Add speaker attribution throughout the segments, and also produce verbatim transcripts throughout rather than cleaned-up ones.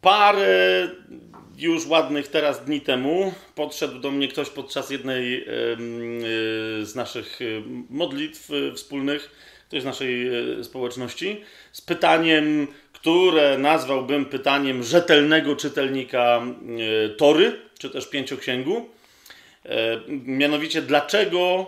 Speaker 1: Parę już ładnych teraz dni temu podszedł do mnie ktoś podczas jednej z naszych modlitw wspólnych, ktoś z naszej społeczności, z pytaniem, które nazwałbym pytaniem rzetelnego czytelnika Tory, czy też Pięcioksięgu. Mianowicie, dlaczego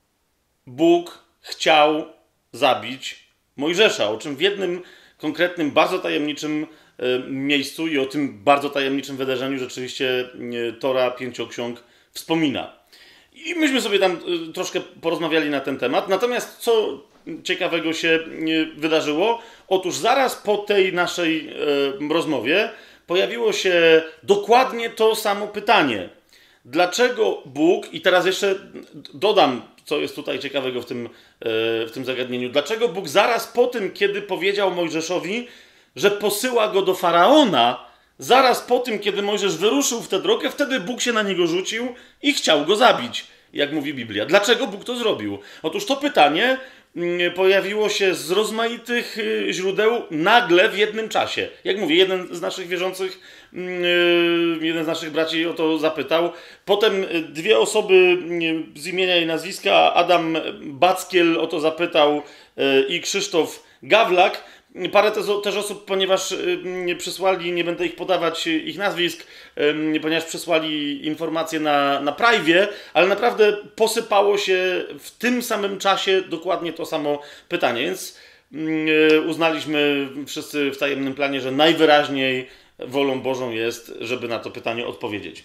Speaker 1: Bóg chciał zabić Mojżesza, o czym w jednym konkretnym, bardzo tajemniczym miejscu i o tym bardzo tajemniczym wydarzeniu rzeczywiście Tora Pięcioksiąg wspomina. I myśmy sobie tam troszkę porozmawiali na ten temat. Natomiast co ciekawego się wydarzyło? Otóż zaraz po tej naszej rozmowie pojawiło się dokładnie to samo pytanie. Dlaczego Bóg, i teraz jeszcze dodam, co jest tutaj ciekawego w tym, w tym zagadnieniu, dlaczego Bóg zaraz po tym, kiedy powiedział Mojżeszowi, że posyła go do Faraona, zaraz po tym, kiedy Mojżesz wyruszył w tę drogę, wtedy Bóg się na niego rzucił i chciał go zabić, jak mówi Biblia. Dlaczego Bóg to zrobił? Otóż to pytanie pojawiło się z rozmaitych źródeł nagle w jednym czasie. Jak mówię, jeden z naszych wierzących, jeden z naszych braci o to zapytał. Potem dwie osoby z imienia i nazwiska, Adam Backiel o to zapytał i Krzysztof Gawlak. Parę też osób, ponieważ przysłali, nie będę ich podawać ich nazwisk, ponieważ przysłali informacje na, na privie, ale naprawdę posypało się w tym samym czasie dokładnie to samo pytanie, więc uznaliśmy wszyscy w tajemnym planie, że najwyraźniej wolą Bożą jest, żeby na to pytanie odpowiedzieć.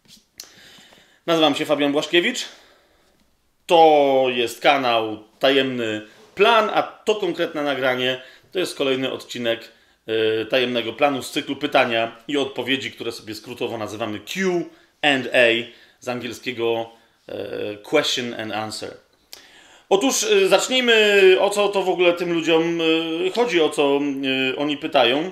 Speaker 1: Nazywam się Fabian Błaszkiewicz, to jest kanał Tajemny Plan, a to konkretne nagranie to jest kolejny odcinek y, Tajemnego Planu z cyklu pytania i odpowiedzi, które sobie skrótowo nazywamy Q and A, z angielskiego y, Question and Answer. Otóż y, zacznijmy, o co to w ogóle tym ludziom y, chodzi, o co y, oni pytają.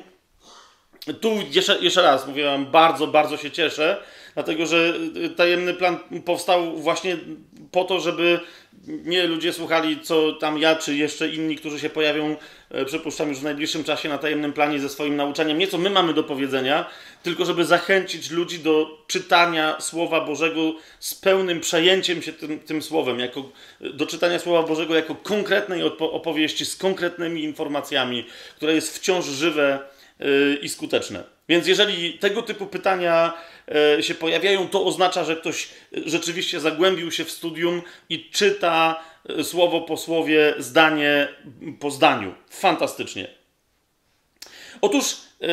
Speaker 1: Tu jeszcze, jeszcze raz mówiłem, bardzo, bardzo się cieszę, dlatego że Tajemny Plan powstał właśnie po to, żeby nie ludzie słuchali, co tam ja, czy jeszcze inni, którzy się pojawią, przypuszczam, już w najbliższym czasie na Tajemnym Planie ze swoim nauczaniem, nie co my mamy do powiedzenia, tylko żeby zachęcić ludzi do czytania Słowa Bożego z pełnym przejęciem się tym, tym Słowem, jako, do czytania Słowa Bożego jako konkretnej opowieści z konkretnymi informacjami, które jest wciąż żywe i skuteczne. Więc jeżeli tego typu pytania się pojawiają, to oznacza, że ktoś rzeczywiście zagłębił się w studium i czyta słowo po słowie, zdanie po zdaniu. Fantastycznie. Otóż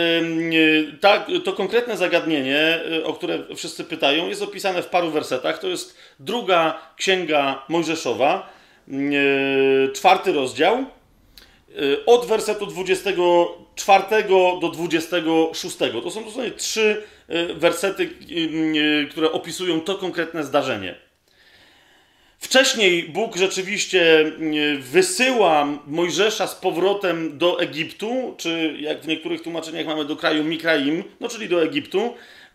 Speaker 1: ta, to konkretne zagadnienie, o które wszyscy pytają, jest opisane w paru wersetach. To jest druga księga Mojżeszowa, czwarty rozdział, od wersetu dwudziestego czwartego do dwudziestego szóstego. To są dosłownie trzy wersety, które opisują to konkretne zdarzenie. Wcześniej Bóg rzeczywiście wysyła Mojżesza z powrotem do Egiptu, czy jak w niektórych tłumaczeniach mamy do kraju Mikraim, no czyli do Egiptu,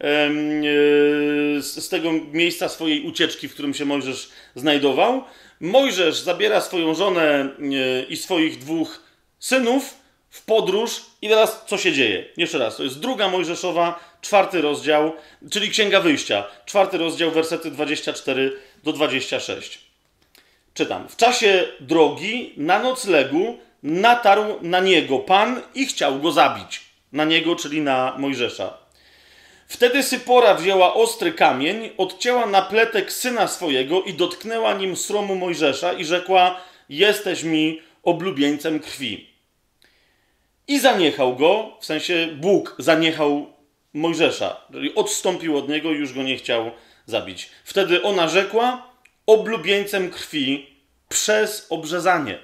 Speaker 1: z tego miejsca swojej ucieczki, w którym się Mojżesz znajdował. Mojżesz zabiera swoją żonę i swoich dwóch synów w podróż i teraz co się dzieje? Jeszcze raz, to jest druga Mojżeszowa, czwarty rozdział, czyli Księga Wyjścia, czwarty rozdział, wersety dwadzieścia cztery do dwudziestego szóstego. Czytam. W czasie drogi na noclegu natarł na niego Pan i chciał go zabić. Na niego, czyli na Mojżesza. Wtedy Sypora wzięła ostry kamień, odcięła napletek syna swojego i dotknęła nim sromu Mojżesza i rzekła: jesteś mi oblubieńcem krwi. I zaniechał go, w sensie Bóg zaniechał Mojżesza, czyli odstąpił od niego i już go nie chciał zabić. Wtedy ona rzekła: oblubieńcem krwi przez obrzezanie.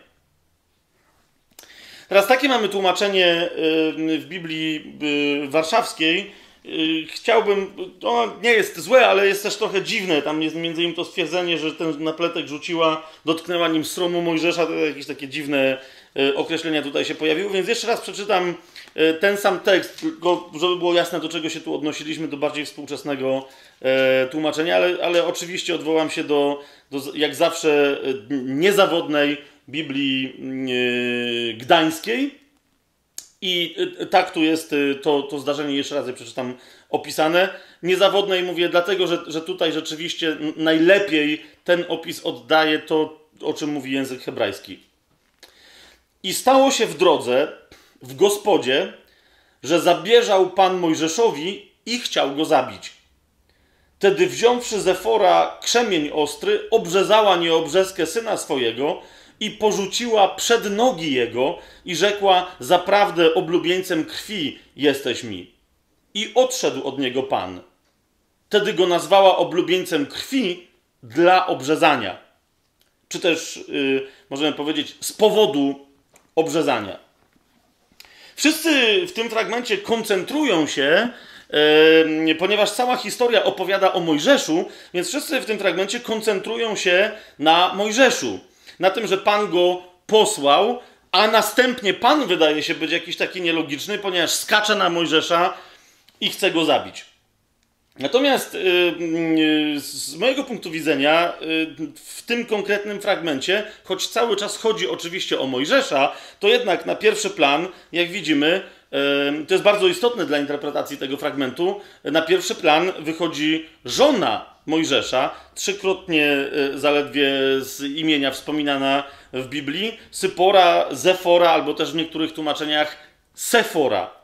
Speaker 1: Teraz takie mamy tłumaczenie w Biblii warszawskiej. Chciałbym, ono nie jest złe, ale jest też trochę dziwne. Tam jest między innymi to stwierdzenie, że ten napletek rzuciła, dotknęła nim sromu Mojżesza. To jakieś takie dziwne określenia tutaj się pojawiły. Więc jeszcze raz przeczytam ten sam tekst, tylko żeby było jasne, do czego się tu odnosiliśmy, do bardziej współczesnego tłumaczenia, ale, ale oczywiście odwołam się do, do, jak zawsze, niezawodnej Biblii Gdańskiej. I tak tu jest to, to zdarzenie, jeszcze raz je przeczytam, opisane. Niezawodne i mówię dlatego, że, że tutaj rzeczywiście najlepiej ten opis oddaje to, o czym mówi język hebrajski. I stało się w drodze, w gospodzie, że zabieżał Pan Mojżeszowi i chciał go zabić. Tedy wziąwszy Zefora krzemień ostry, obrzezała nieobrzezkę syna swojego i porzuciła przed nogi jego i rzekła: zaprawdę oblubieńcem krwi jesteś mi. I odszedł od niego Pan. Tedy go nazwała oblubieńcem krwi dla obrzezania. Czy też, yy, możemy powiedzieć, z powodu obrzezania. Wszyscy w tym fragmencie koncentrują się, yy, ponieważ cała historia opowiada o Mojżeszu, więc wszyscy w tym fragmencie koncentrują się na Mojżeszu. Na tym, że Pan go posłał, a następnie Pan wydaje się być jakiś taki nielogiczny, ponieważ skacze na Mojżesza i chce go zabić. Natomiast yy, z mojego punktu widzenia yy, w tym konkretnym fragmencie, choć cały czas chodzi oczywiście o Mojżesza, to jednak na pierwszy plan, jak widzimy, yy, to jest bardzo istotne dla interpretacji tego fragmentu, na pierwszy plan wychodzi żona Mojżesza, trzykrotnie yy, zaledwie z imienia wspominana w Biblii, Sypora, Zefora, albo też w niektórych tłumaczeniach Sefora.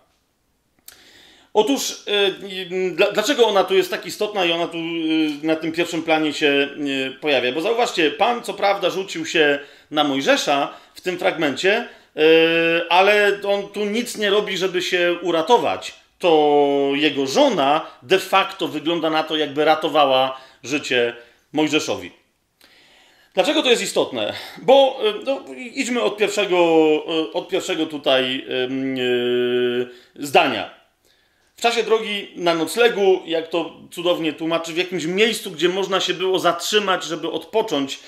Speaker 1: Otóż, yy, dlaczego ona tu jest tak istotna i ona tu yy, na tym pierwszym planie się yy, pojawia? Bo zauważcie, Pan co prawda rzucił się na Mojżesza w tym fragmencie, yy, ale on tu nic nie robi, żeby się uratować. To jego żona de facto wygląda na to, jakby ratowała życie Mojżeszowi. Dlaczego to jest istotne? Bo yy, no, idźmy od pierwszego, yy, od pierwszego tutaj yy, zdania. W czasie drogi na noclegu, jak to cudownie tłumaczy, w jakimś miejscu, gdzie można się było zatrzymać, żeby odpocząć.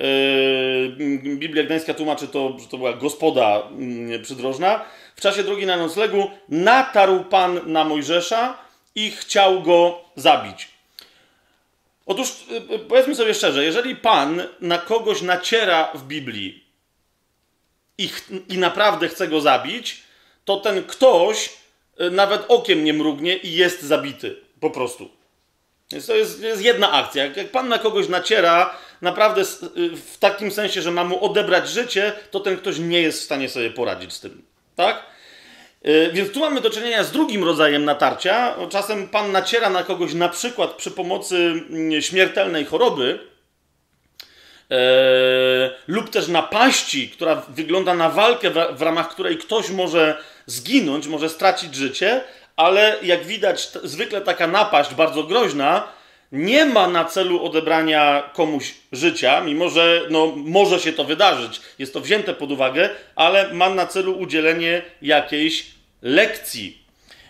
Speaker 1: Yy, Biblia Gdańska tłumaczy to, że to była gospoda yy, przydrożna. W czasie drogi na noclegu natarł Pan na Mojżesza i chciał go zabić. Otóż yy, powiedzmy sobie szczerze, jeżeli Pan na kogoś naciera w Biblii i, i naprawdę chce go zabić, to ten ktoś nawet okiem nie mrugnie i jest zabity. Po prostu. Więc to jest, jest jedna akcja. Jak Pan na kogoś naciera, naprawdę w takim sensie, że ma mu odebrać życie, to ten ktoś nie jest w stanie sobie poradzić z tym. Tak? Więc tu mamy do czynienia z drugim rodzajem natarcia. Czasem Pan naciera na kogoś na przykład przy pomocy śmiertelnej choroby, Eee, lub też napaści, która wygląda na walkę, w, w ramach której ktoś może zginąć, może stracić życie, ale jak widać, t- zwykle taka napaść bardzo groźna nie ma na celu odebrania komuś życia, mimo że no, może się to wydarzyć, jest to wzięte pod uwagę, ale ma na celu udzielenie jakiejś lekcji.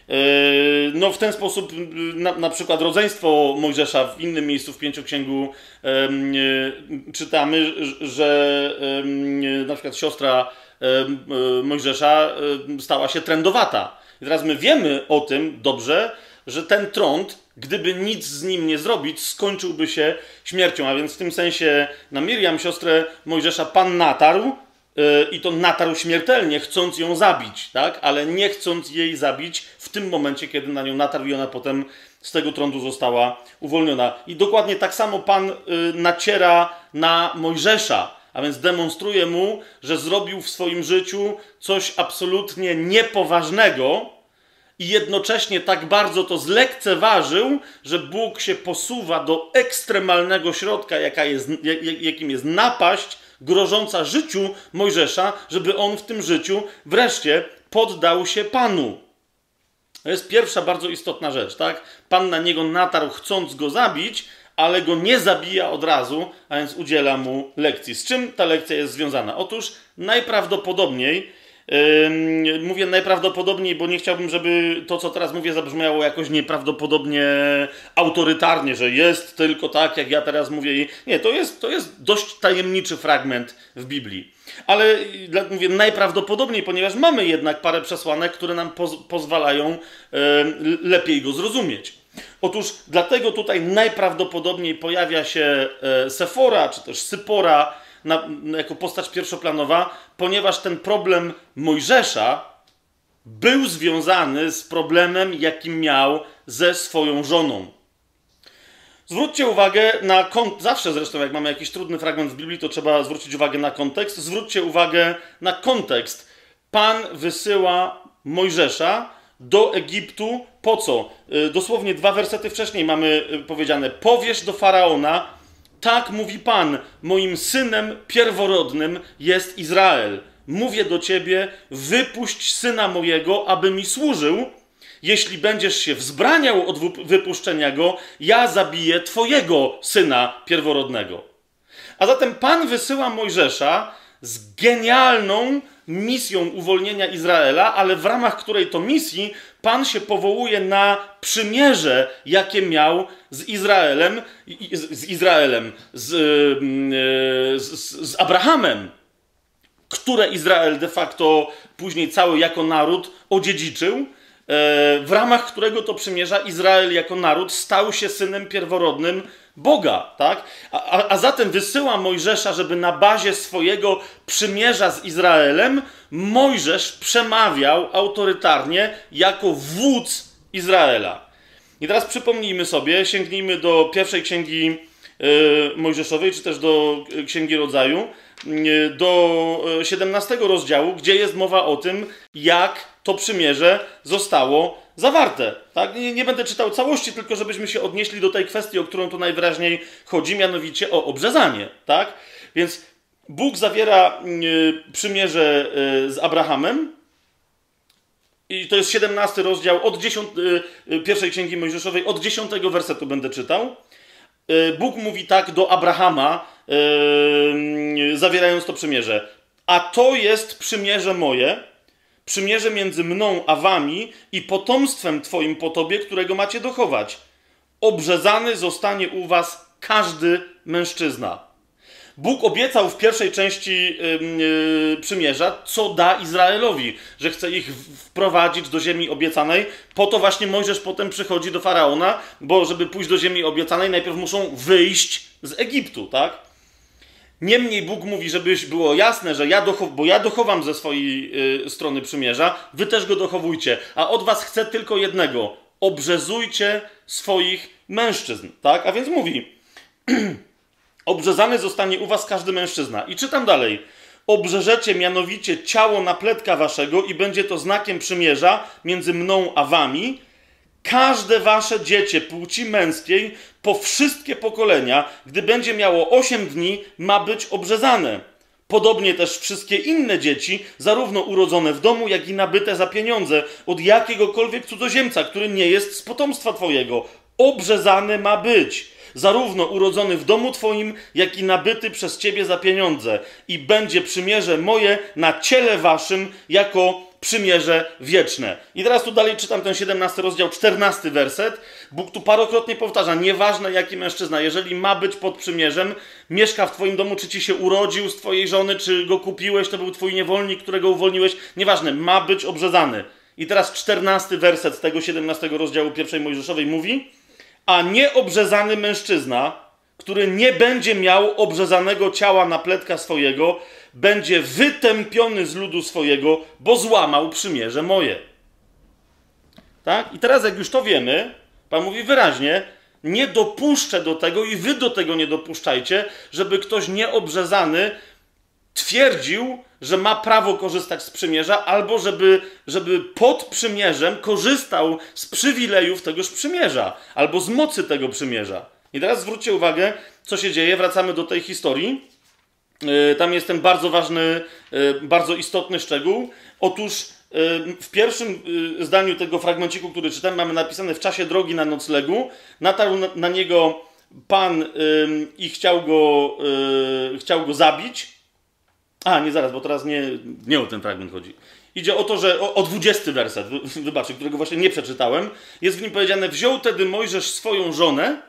Speaker 1: No w ten sposób na, na przykład rodzeństwo Mojżesza w innym miejscu w Pięcioksięgu um, czytamy, że um, na przykład siostra um, Mojżesza um, stała się trędowata. I teraz my wiemy o tym dobrze, że ten trąd, gdyby nic z nim nie zrobić, skończyłby się śmiercią. A więc w tym sensie na Miriam, siostrę Mojżesza, Pan natarł, i to natarł śmiertelnie, chcąc ją zabić, tak? Ale nie chcąc jej zabić w tym momencie, kiedy na nią natarł i ona potem z tego trądu została uwolniona. I dokładnie tak samo Pan y, naciera na Mojżesza, a więc demonstruje mu, że zrobił w swoim życiu coś absolutnie niepoważnego i jednocześnie tak bardzo to zlekceważył, że Bóg się posuwa do ekstremalnego środka, jaka jest, jak, jakim jest napaść grożąca życiu Mojżesza, żeby on w tym życiu wreszcie poddał się Panu. To jest pierwsza bardzo istotna rzecz, tak? Pan na niego natarł, chcąc go zabić, ale go nie zabija od razu, a więc udziela mu lekcji. Z czym ta lekcja jest związana? Otóż najprawdopodobniej, Yy, mówię najprawdopodobniej, bo nie chciałbym, żeby to, co teraz mówię, zabrzmiało jakoś nieprawdopodobnie autorytarnie, że jest tylko tak, jak ja teraz mówię. Nie, to jest, to jest dość tajemniczy fragment w Biblii. Ale mówię najprawdopodobniej, ponieważ mamy jednak parę przesłanek, które nam poz pozwalają yy, lepiej go zrozumieć. Otóż dlatego tutaj najprawdopodobniej pojawia się yy, Sefora, czy też Sypora, Na, jako postać pierwszoplanowa, ponieważ ten problem Mojżesza był związany z problemem, jaki miał ze swoją żoną. Zwróćcie uwagę na kontekst, zawsze zresztą jak mamy jakiś trudny fragment w Biblii, to trzeba zwrócić uwagę na kontekst. Zwróćcie uwagę na kontekst. Pan wysyła Mojżesza do Egiptu. Po co? Dosłownie dwa wersety wcześniej mamy powiedziane: powiesz do Faraona, tak mówi Pan, moim synem pierworodnym jest Izrael. Mówię do ciebie, wypuść syna mojego, aby mi służył. Jeśli będziesz się wzbraniał od wypuszczenia go, ja zabiję twojego syna pierworodnego. A zatem Pan wysyła Mojżesza z genialną misją uwolnienia Izraela, ale w ramach której to misji Pan się powołuje na przymierze, jakie miał z Izraelem, z, Izraelem, z, z, z Abrahamem, które Izrael de facto później cały jako naród odziedziczył, w ramach którego to przymierza Izrael jako naród stał się synem pierworodnym Boga, tak? A, a, a zatem wysyła Mojżesza, żeby na bazie swojego przymierza z Izraelem Mojżesz przemawiał autorytarnie jako wódz Izraela. I teraz przypomnijmy sobie, sięgnijmy do pierwszej księgi yy, Mojżeszowej, czy też do Księgi Rodzaju, yy, do siedemnastego rozdziału, gdzie jest mowa o tym, jak to przymierze zostało zawarte. Tak? Nie, nie będę czytał całości, tylko żebyśmy się odnieśli do tej kwestii, o którą tu najwyraźniej chodzi, mianowicie o obrzezanie. Tak? Więc Bóg zawiera y, przymierze y, z Abrahamem i to jest siedemnasty rozdział od dziesiątej, y, pierwszej Księgi Mojżeszowej, od dziesiątego wersetu będę czytał. Y, Bóg mówi tak do Abrahama, y, zawierając to przymierze: a to jest przymierze moje, przymierze między mną a wami i potomstwem twoim po tobie, którego macie dochować. Obrzezany zostanie u was każdy mężczyzna. Bóg obiecał w pierwszej części yy, yy, przymierza, co da Izraelowi, że chce ich wprowadzić do ziemi obiecanej. Po to właśnie Mojżesz potem przychodzi do Faraona, bo żeby pójść do ziemi obiecanej, najpierw muszą wyjść z Egiptu, tak? Niemniej Bóg mówi, żeby było jasne, że ja dochow- bo ja dochowam ze swojej yy, strony przymierza, wy też go dochowujcie, a od was chcę tylko jednego: obrzezujcie swoich mężczyzn, tak? A więc mówi, obrzezany zostanie u was każdy mężczyzna. I czytam dalej: obrzeżecie mianowicie ciało napletka waszego i będzie to znakiem przymierza między mną a wami. Każde wasze dziecię płci męskiej po wszystkie pokolenia, gdy będzie miało osiem dni, ma być obrzezane. Podobnie też wszystkie inne dzieci, zarówno urodzone w domu, jak i nabyte za pieniądze od jakiegokolwiek cudzoziemca, który nie jest z potomstwa twojego. Obrzezany ma być. Zarówno urodzony w domu twoim, jak i nabyty przez ciebie za pieniądze. I będzie przymierze moje na ciele waszym jako przymierze wieczne. I teraz tu dalej czytam ten siedemnasty rozdział, czternasty werset. Bóg tu parokrotnie powtarza: nieważne jaki mężczyzna, jeżeli ma być pod przymierzem, mieszka w twoim domu, czy ci się urodził z twojej żony, czy go kupiłeś, to był twój niewolnik, którego uwolniłeś, nieważne, ma być obrzezany. I teraz czternasty werset z tego siedemnastego rozdziału pierwszej Mojżeszowej mówi: a nieobrzezany mężczyzna, który nie będzie miał obrzezanego ciała napletka swojego, będzie wytępiony z ludu swojego, bo złamał przymierze moje. Tak? I teraz jak już to wiemy, Pan mówi wyraźnie: nie dopuszczę do tego i wy do tego nie dopuszczajcie, żeby ktoś nieobrzezany twierdził, że ma prawo korzystać z przymierza, albo żeby, żeby pod przymierzem korzystał z przywilejów tegoż przymierza, albo z mocy tego przymierza. I teraz zwróćcie uwagę, co się dzieje. Wracamy do tej historii. Yy, tam jest ten bardzo ważny, yy, bardzo istotny szczegół. Otóż yy, w pierwszym yy, zdaniu tego fragmenciku, który czytam, mamy napisane: w czasie drogi na noclegu natarł na, na niego Pan yy, i chciał go, yy, chciał go zabić. A, nie zaraz, bo teraz nie, nie o ten fragment chodzi. Idzie o to, że o, o dwudziesty werset, wybaczcie, którego właśnie nie przeczytałem. Jest w nim powiedziane: wziął tedy Mojżesz swoją żonę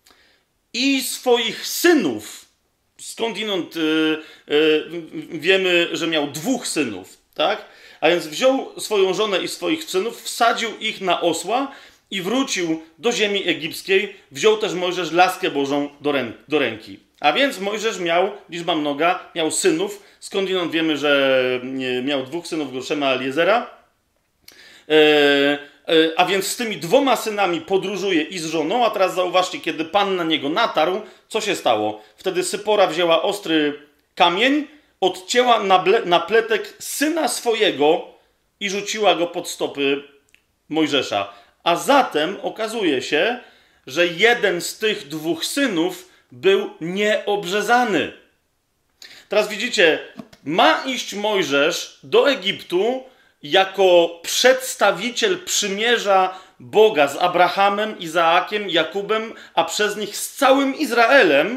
Speaker 1: i swoich synów. Skądinąd yy, yy, wiemy, że miał dwóch synów, tak? A więc wziął swoją żonę i swoich synów, wsadził ich na osła i wrócił do ziemi egipskiej. Wziął też Mojżesz laskę Bożą do, rę- do ręki. A więc Mojżesz miał, liczba mnoga, miał synów. Skądinąd wiemy, że miał dwóch synów, Gerszema i Eliezera. A więc z tymi dwoma synami podróżuje i z żoną, a teraz zauważcie, kiedy Pan na niego natarł, co się stało? Wtedy Sypora wzięła ostry kamień, odcięła napletek syna swojego i rzuciła go pod stopy Mojżesza. A zatem okazuje się, że jeden z tych dwóch synów był nieobrzezany. Teraz widzicie, ma iść Mojżesz do Egiptu jako przedstawiciel przymierza Boga z Abrahamem, Izaakiem, Jakubem, a przez nich z całym Izraelem,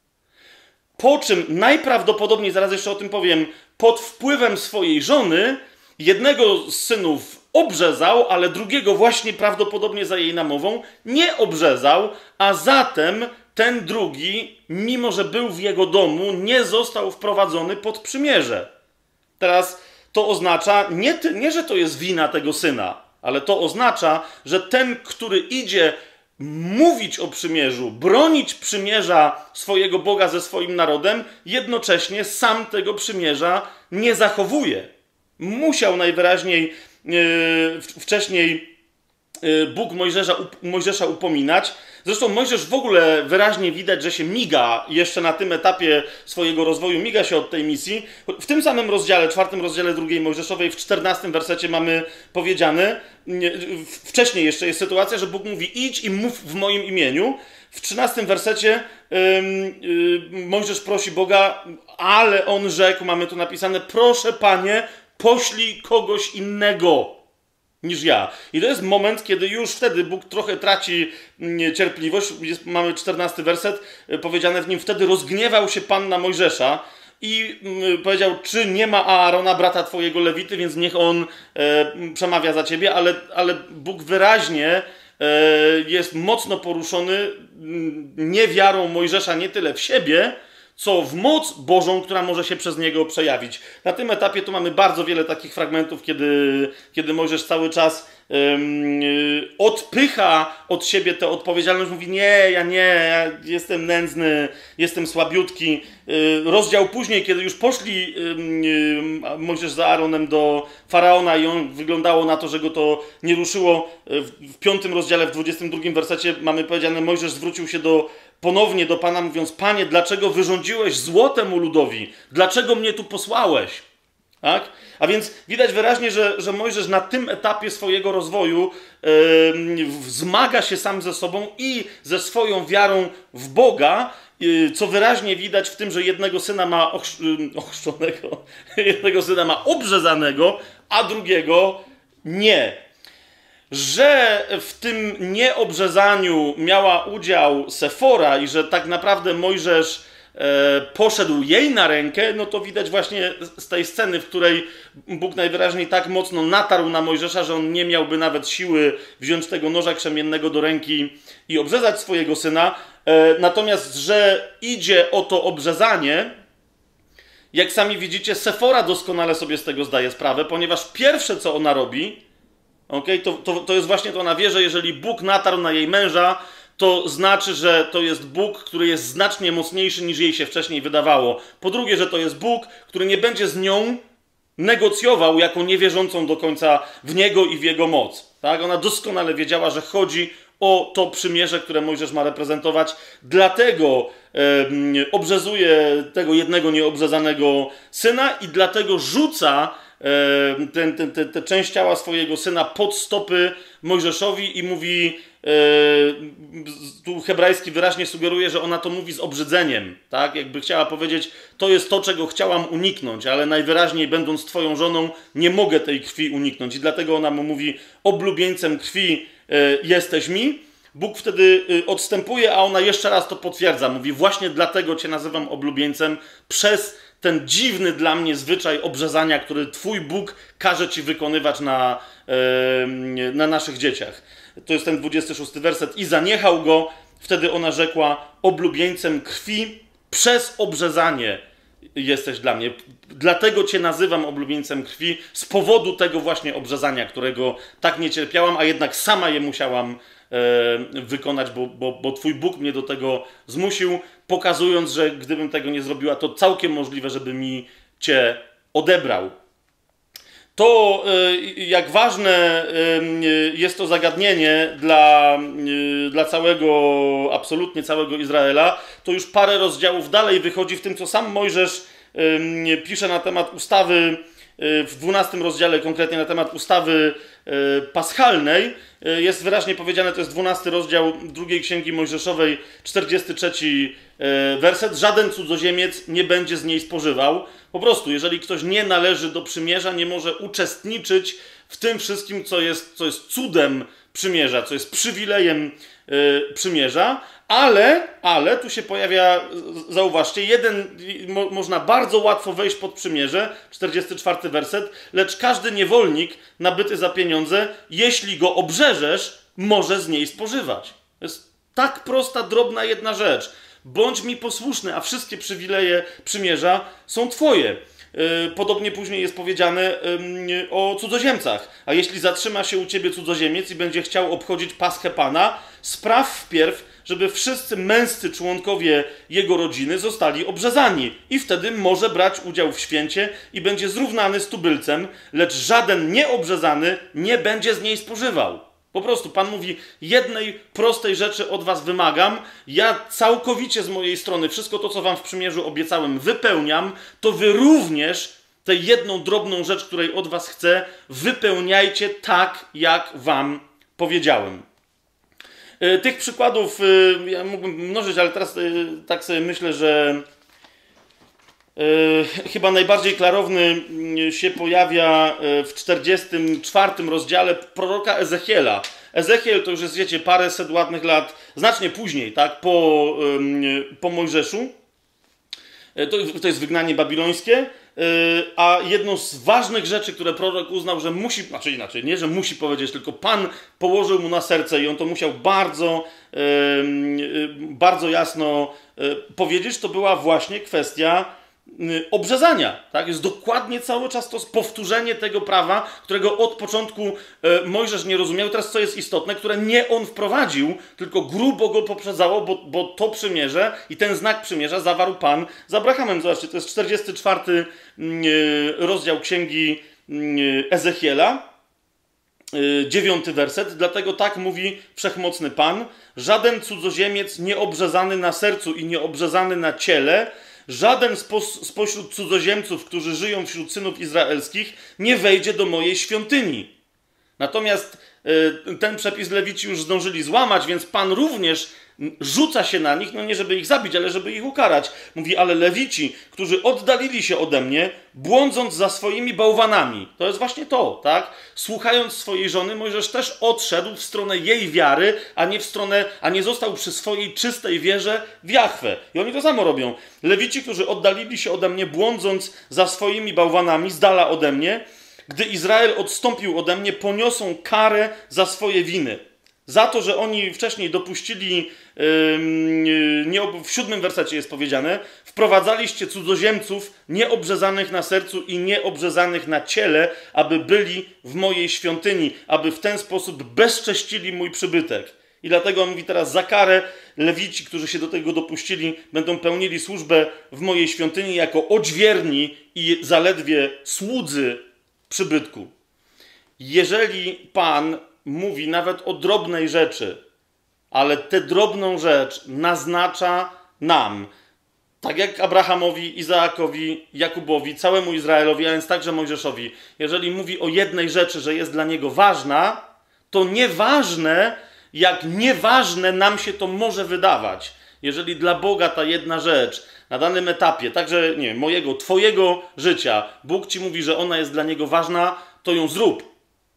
Speaker 1: po czym najprawdopodobniej, zaraz jeszcze o tym powiem, pod wpływem swojej żony, jednego z synów obrzezał, ale drugiego właśnie prawdopodobnie za jej namową nie obrzezał, a zatem ten drugi, mimo że był w jego domu, nie został wprowadzony pod przymierze. Teraz to oznacza, nie, ty, nie że to jest wina tego syna, ale to oznacza, że ten, który idzie mówić o przymierzu, bronić przymierza swojego Boga ze swoim narodem, jednocześnie sam tego przymierza nie zachowuje. Musiał najwyraźniej yy, wcześniej yy, Bóg Mojżesza, Mojżesza upominać. Zresztą Mojżesz w ogóle wyraźnie widać, że się miga jeszcze na tym etapie swojego rozwoju, miga się od tej misji. W tym samym rozdziale, czwartym rozdziale drugiej Mojżeszowej, w czternastym wersecie mamy powiedziane, wcześniej jeszcze jest sytuacja, że Bóg mówi: idź i mów w moim imieniu. W trzynastym wersecie yy, yy, Mojżesz prosi Boga, ale on rzekł, mamy tu napisane: proszę Panie, poślij kogoś innego niż ja. I to jest moment, kiedy już wtedy Bóg trochę traci cierpliwość. Jest, mamy czternasty werset, powiedziane w nim: wtedy rozgniewał się Pan na Mojżesza i y, powiedział: czy nie ma Aarona, brata twojego Lewity, więc niech on e, przemawia za ciebie, ale, ale Bóg wyraźnie e, jest mocno poruszony niewiarą Mojżesza nie tyle w siebie, co w moc Bożą, która może się przez niego przejawić. Na tym etapie tu mamy bardzo wiele takich fragmentów, kiedy, kiedy Mojżesz cały czas um, odpycha od siebie tę odpowiedzialność. Mówi: nie, ja nie, ja jestem nędzny, jestem słabiutki. Rozdział później, kiedy już poszli um, Mojżesz za Aaronem do Faraona i on wyglądało na to, że go to nie ruszyło. W, w piątym rozdziale, w dwudziestym drugim wersecie mamy powiedziane: Mojżesz zwrócił się do ponownie do Pana, mówiąc: Panie, dlaczego wyrządziłeś zło temu ludowi? Dlaczego mnie tu posłałeś? Tak? A więc widać wyraźnie, że, że Mojżesz na tym etapie swojego rozwoju yy, zmaga się sam ze sobą i ze swoją wiarą w Boga, yy, co wyraźnie widać w tym, że jednego syna ma ochrz- yy, ochrzczonego, jednego syna ma obrzezanego, a drugiego nie. Że w tym nieobrzezaniu miała udział Sefora i że tak naprawdę Mojżesz e, poszedł jej na rękę, no to widać właśnie z tej sceny, w której Bóg najwyraźniej tak mocno natarł na Mojżesza, że on nie miałby nawet siły wziąć tego noża krzemiennego do ręki i obrzezać swojego syna. E, natomiast, że idzie o to obrzezanie, jak sami widzicie, Sefora doskonale sobie z tego zdaje sprawę, ponieważ pierwsze, co ona robi, Okay? To, to, to jest właśnie to, ona wie, że jeżeli Bóg natarł na jej męża, to znaczy, że to jest Bóg, który jest znacznie mocniejszy niż jej się wcześniej wydawało. Po drugie, że to jest Bóg, który nie będzie z nią negocjował jako niewierzącą do końca w Niego i w Jego moc. Tak? Ona doskonale wiedziała, że chodzi o to przymierze, które Mojżesz ma reprezentować. Dlatego e, obrzezuje tego jednego nieobrzezanego syna i dlatego rzuca Ten, ten, ten, tę część ciała swojego syna pod stopy Mojżeszowi i mówi, e, tu hebrajski wyraźnie sugeruje, że ona to mówi z obrzydzeniem, tak? Jakby chciała powiedzieć: to jest to, czego chciałam uniknąć, ale najwyraźniej, będąc twoją żoną, nie mogę tej krwi uniknąć. I dlatego ona mu mówi: oblubieńcem krwi e, jesteś mi. Bóg wtedy odstępuje, a ona jeszcze raz to potwierdza. Mówi: właśnie dlatego cię nazywam oblubieńcem, przez ten dziwny dla mnie zwyczaj obrzezania, który twój Bóg każe ci wykonywać na, yy, na naszych dzieciach. To jest ten dwudziesty szósty werset. I zaniechał go, wtedy ona rzekła: oblubieńcem krwi przez obrzezanie jesteś dla mnie. Dlatego cię nazywam oblubieńcem krwi, z powodu tego właśnie obrzezania, którego tak nie cierpiałam, a jednak sama je musiałam yy, wykonać, bo, bo, bo twój Bóg mnie do tego zmusił, pokazując, że gdybym tego nie zrobiła, to całkiem możliwe, żeby mi cię odebrał. To, jak ważne jest to zagadnienie dla, dla całego, absolutnie całego Izraela, to już parę rozdziałów dalej wychodzi w tym, co sam Mojżesz pisze na temat ustawy, w dwunastym rozdziale konkretnie na temat ustawy paschalnej. Jest wyraźnie powiedziane, to jest dwunasty rozdział drugiej Księgi Mojżeszowej, czterdziesty trzeci werset. Żaden cudzoziemiec nie będzie z niej spożywał. Po prostu, jeżeli ktoś nie należy do przymierza, nie może uczestniczyć w tym wszystkim, co jest, co jest cudem przymierza, co jest przywilejem yy, przymierza, ale, ale tu się pojawia, zauważcie, jeden, mo, można bardzo łatwo wejść pod przymierze, czterdziesty czwarty werset, lecz każdy niewolnik nabyty za pieniądze, jeśli go obrzeżesz, może z niej spożywać. To jest tak prosta, drobna jedna rzecz. Bądź mi posłuszny, a wszystkie przywileje przymierza są twoje. Podobnie później jest powiedziane o cudzoziemcach. A jeśli zatrzyma się u ciebie cudzoziemiec i będzie chciał obchodzić Paschę Pana, spraw wpierw, żeby wszyscy męscy członkowie jego rodziny zostali obrzezani. I wtedy może brać udział w święcie i będzie zrównany z tubylcem, lecz żaden nieobrzezany nie będzie z niej spożywał. Po prostu Pan mówi, jednej prostej rzeczy od was wymagam, ja całkowicie z mojej strony wszystko to, co wam w przymierzu obiecałem, wypełniam, to wy również tę jedną drobną rzecz, której od was chcę, wypełniajcie tak, jak wam powiedziałem. Tych przykładów ja mógłbym mnożyć, ale teraz tak sobie myślę, że Yy, chyba najbardziej klarowny się pojawia w czterdziestym czwartym rozdziale proroka Ezechiela. Ezechiel to już jest, wiecie, paręset ładnych lat, znacznie później, tak, po, yy, po Mojżeszu. Yy, to, to jest wygnanie babilońskie, yy, a jedną z ważnych rzeczy, które prorok uznał, że musi, znaczy inaczej, nie, że musi powiedzieć, tylko Pan położył mu na serce i on to musiał bardzo, yy, yy, bardzo jasno yy, powiedzieć, to była właśnie kwestia obrzezania, tak? Jest dokładnie cały czas to powtórzenie tego prawa, którego od początku e, Mojżesz nie rozumiał. Teraz co jest istotne, które nie on wprowadził, tylko grubo go poprzedzało, bo, bo to przymierze i ten znak przymierza zawarł Pan z Abrahamem. Zobaczcie, to jest czterdziesty czwarty e, rozdział Księgi e, Ezechiela, e, dziewiąty werset. Dlatego tak mówi Wszechmocny Pan: żaden cudzoziemiec nieobrzezany na sercu i nieobrzezany na ciele, żaden spos- spośród cudzoziemców, którzy żyją wśród synów izraelskich, nie wejdzie do mojej świątyni. Natomiast y, ten przepis Lewici już zdążyli złamać, więc Pan również rzuca się na nich, no nie żeby ich zabić, ale żeby ich ukarać. Mówi, ale Lewici, którzy oddalili się ode mnie, błądząc za swoimi bałwanami. To jest właśnie to, tak? Słuchając swojej żony, Mojżesz też odszedł w stronę jej wiary, a nie w stronę, a nie został przy swojej czystej wierze w Jahwe. I oni to samo robią. Lewici, którzy oddalili się ode mnie, błądząc za swoimi bałwanami, z dala ode mnie, gdy Izrael odstąpił ode mnie, poniosą karę za swoje winy. Za to, że oni wcześniej dopuścili, yy, nie, w siódmym wersecie jest powiedziane, wprowadzaliście cudzoziemców nieobrzezanych na sercu i nieobrzezanych na ciele, aby byli w mojej świątyni, aby w ten sposób bezcześcili mój przybytek. I dlatego on mówi teraz, za karę Lewici, którzy się do tego dopuścili, będą pełnili służbę w mojej świątyni jako odźwierni i zaledwie słudzy przybytku. Jeżeli Pan mówi nawet o drobnej rzeczy, ale tę drobną rzecz naznacza nam, tak jak Abrahamowi, Izaakowi, Jakubowi, całemu Izraelowi, a więc także Mojżeszowi, jeżeli mówi o jednej rzeczy, że jest dla niego ważna, to nieważne, jak nieważne nam się to może wydawać. Jeżeli dla Boga ta jedna rzecz na danym etapie, także nie wiem, mojego, twojego życia, Bóg ci mówi, że ona jest dla niego ważna, to ją zrób.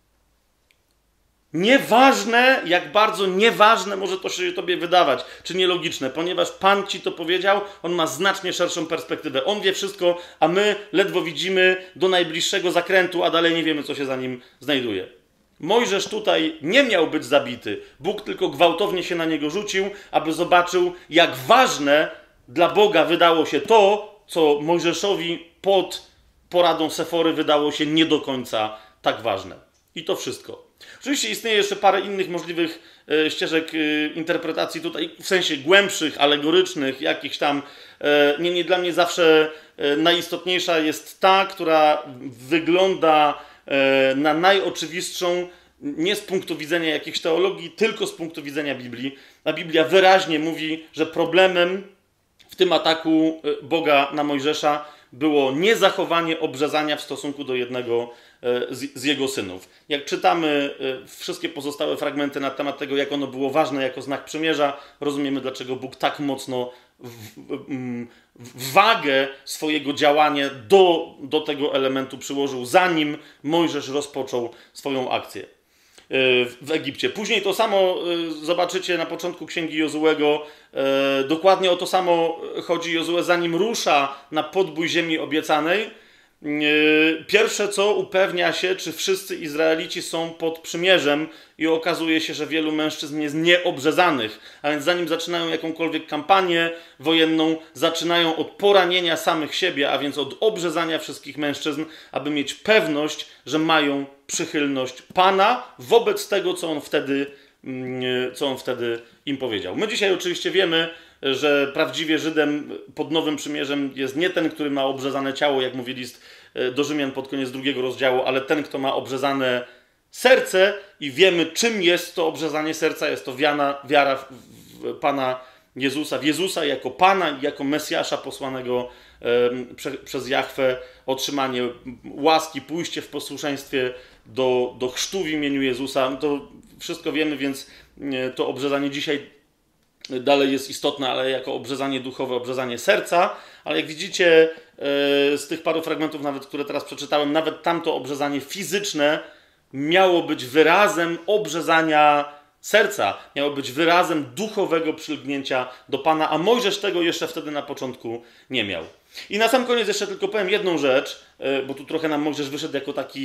Speaker 1: Nieważne, jak bardzo nieważne może to się tobie wydawać, czy nielogiczne, ponieważ Pan ci to powiedział, On ma znacznie szerszą perspektywę. On wie wszystko, a my ledwo widzimy do najbliższego zakrętu, a dalej nie wiemy, co się za nim znajduje. Mojżesz tutaj nie miał być zabity. Bóg tylko gwałtownie się na niego rzucił, aby zobaczył, jak ważne dla Boga wydało się to, co Mojżeszowi pod poradą Sefory wydało się nie do końca tak ważne. I to wszystko. Oczywiście istnieje jeszcze parę innych możliwych e, ścieżek e, interpretacji tutaj, w sensie głębszych, alegorycznych, jakichś tam. E, nie, nie dla mnie zawsze e, najistotniejsza jest ta, która wygląda e, na najoczywistszą, nie z punktu widzenia jakiejś teologii, tylko z punktu widzenia Biblii. A Biblia wyraźnie mówi, że problemem w tym ataku Boga na Mojżesza było niezachowanie obrzezania w stosunku do jednego z, z jego synów. Jak czytamy wszystkie pozostałe fragmenty na temat tego, jak ono było ważne jako znak przymierza, rozumiemy, dlaczego Bóg tak mocno w, w, w wagę swojego działania do, do tego elementu przyłożył, zanim Mojżesz rozpoczął swoją akcję w Egipcie. Później to samo zobaczycie na początku Księgi Jozułego. Dokładnie o to samo chodzi Jozue, zanim rusza na podbój ziemi obiecanej. Pierwsze co, upewnia się, czy wszyscy Izraelici są pod przymierzem i okazuje się, że wielu mężczyzn jest nieobrzezanych. A więc zanim zaczynają jakąkolwiek kampanię wojenną, zaczynają od poranienia samych siebie, a więc od obrzezania wszystkich mężczyzn, aby mieć pewność, że mają przychylność Pana wobec tego, co on wtedy, co on wtedy im powiedział. My dzisiaj oczywiście wiemy, że prawdziwie Żydem pod Nowym Przymierzem jest nie ten, który ma obrzezane ciało, jak mówi list do Rzymian pod koniec drugiego rozdziału, ale ten, kto ma obrzezane serce i wiemy, czym jest to obrzezanie serca. Jest to wiara, wiara w Pana Jezusa, w Jezusa jako Pana i jako Mesjasza posłanego e, prze, przez Jahwe, otrzymanie łaski, pójście w posłuszeństwie do, do chrztu w imieniu Jezusa. To wszystko wiemy, więc to obrzezanie dzisiaj dalej jest istotne, ale jako obrzezanie duchowe, obrzezanie serca. Ale jak widzicie z tych paru fragmentów, nawet które teraz przeczytałem, nawet tamto obrzezanie fizyczne miało być wyrazem obrzezania serca. Miało być wyrazem duchowego przylgnięcia do Pana, a Mojżesz tego jeszcze wtedy na początku nie miał. I na sam koniec jeszcze tylko powiem jedną rzecz, bo tu trochę nam Mojżesz wyszedł jako taki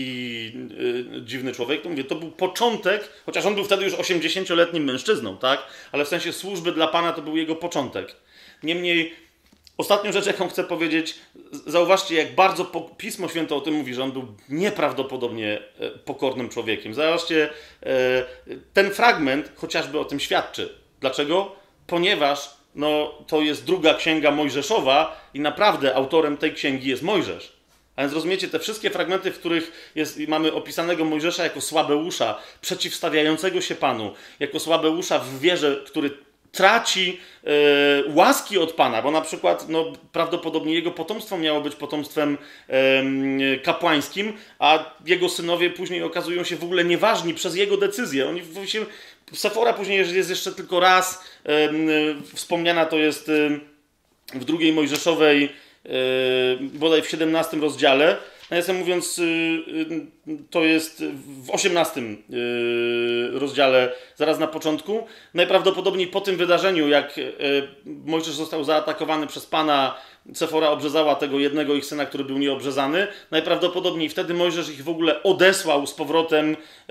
Speaker 1: dziwny człowiek. To mówię, to był początek, chociaż on był wtedy już osiemdziesięcioletnim mężczyzną, tak? Ale w sensie służby dla Pana to był jego początek. Niemniej ostatnią rzecz, jaką chcę powiedzieć, zauważcie, jak bardzo Pismo Święte o tym mówi, że on był nieprawdopodobnie pokornym człowiekiem. Zauważcie, ten fragment chociażby o tym świadczy. Dlaczego? Ponieważ no, to jest druga księga Mojżeszowa i naprawdę autorem tej księgi jest Mojżesz. A więc rozumiecie, te wszystkie fragmenty, w których jest, mamy opisanego Mojżesza jako Słabeusza, przeciwstawiającego się Panu, jako Słabeusza w wierze, który traci e, łaski od Pana, bo na przykład no, prawdopodobnie jego potomstwo miało być potomstwem e, kapłańskim, a jego synowie później okazują się w ogóle nieważni przez jego decyzję. Oni się, Sefora później jest jeszcze tylko raz e, wspomniana, to jest e, w drugiej Mojżeszowej, e, bodaj w siedemnastym rozdziale. Nawiasem mówiąc, to jest w osiemnastym rozdziale, zaraz na początku. Najprawdopodobniej po tym wydarzeniu, jak Mojżesz został zaatakowany przez Pana, Sefora obrzezała tego jednego ich syna, który był nieobrzezany. Najprawdopodobniej wtedy Mojżesz ich w ogóle odesłał z powrotem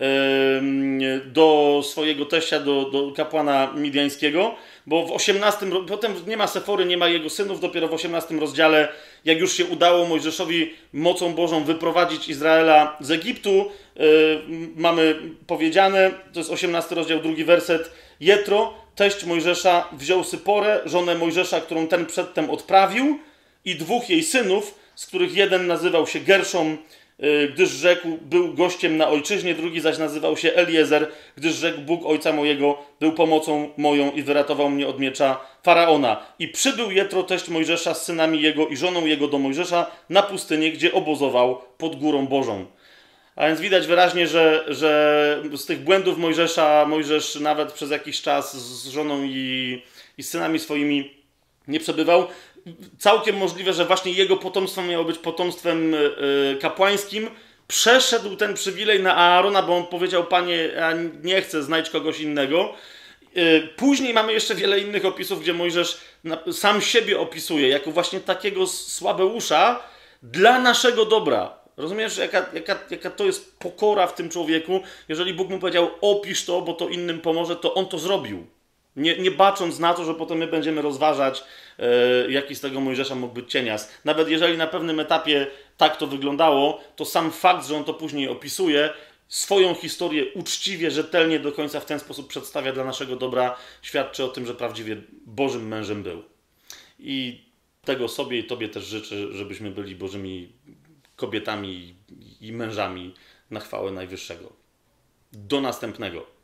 Speaker 1: do swojego teścia, do, do kapłana midiańskiego, bo w osiemnastym, potem nie ma Sefory, nie ma jego synów, dopiero w osiemnastym rozdziale, jak już się udało Mojżeszowi mocą Bożą wyprowadzić Izraela z Egiptu, yy, mamy powiedziane, to jest osiemnasty rozdział, drugi werset, Jetro, teść Mojżesza, wziął Syporę, żonę Mojżesza, którą ten przedtem odprawił, i dwóch jej synów, z których jeden nazywał się Gerszom, gdyż rzekł, był gościem na ojczyźnie, drugi zaś nazywał się Eliezer, gdyż rzekł, Bóg ojca mojego był pomocą moją i wyratował mnie od miecza Faraona. I przybył Jetro, teść Mojżesza, z synami jego i żoną jego do Mojżesza na pustynię, gdzie obozował pod górą Bożą. A więc widać wyraźnie, że, że z tych błędów Mojżesza, Mojżesz nawet przez jakiś czas z żoną i, i z synami swoimi nie przebywał. Całkiem możliwe, że właśnie jego potomstwo miało być potomstwem yy, kapłańskim. Przeszedł ten przywilej na Aarona, bo on powiedział, Panie, ja nie chcę, znajdź kogoś innego. Yy, później mamy jeszcze wiele innych opisów, gdzie Mojżesz na, sam siebie opisuje jako właśnie takiego słabeusza dla naszego dobra. Rozumiesz, jaka, jaka, jaka to jest pokora w tym człowieku? Jeżeli Bóg mu powiedział, opisz to, bo to innym pomoże, to on to zrobił. Nie, nie bacząc na to, że potem my będziemy rozważać, e, jaki z tego Mojżesza mógł być cienias. Nawet jeżeli na pewnym etapie tak to wyglądało, to sam fakt, że on to później opisuje, swoją historię uczciwie, rzetelnie do końca w ten sposób przedstawia dla naszego dobra, świadczy o tym, że prawdziwie Bożym mężem był. I tego sobie i Tobie też życzę, żebyśmy byli Bożymi kobietami i mężami na chwałę Najwyższego. Do następnego.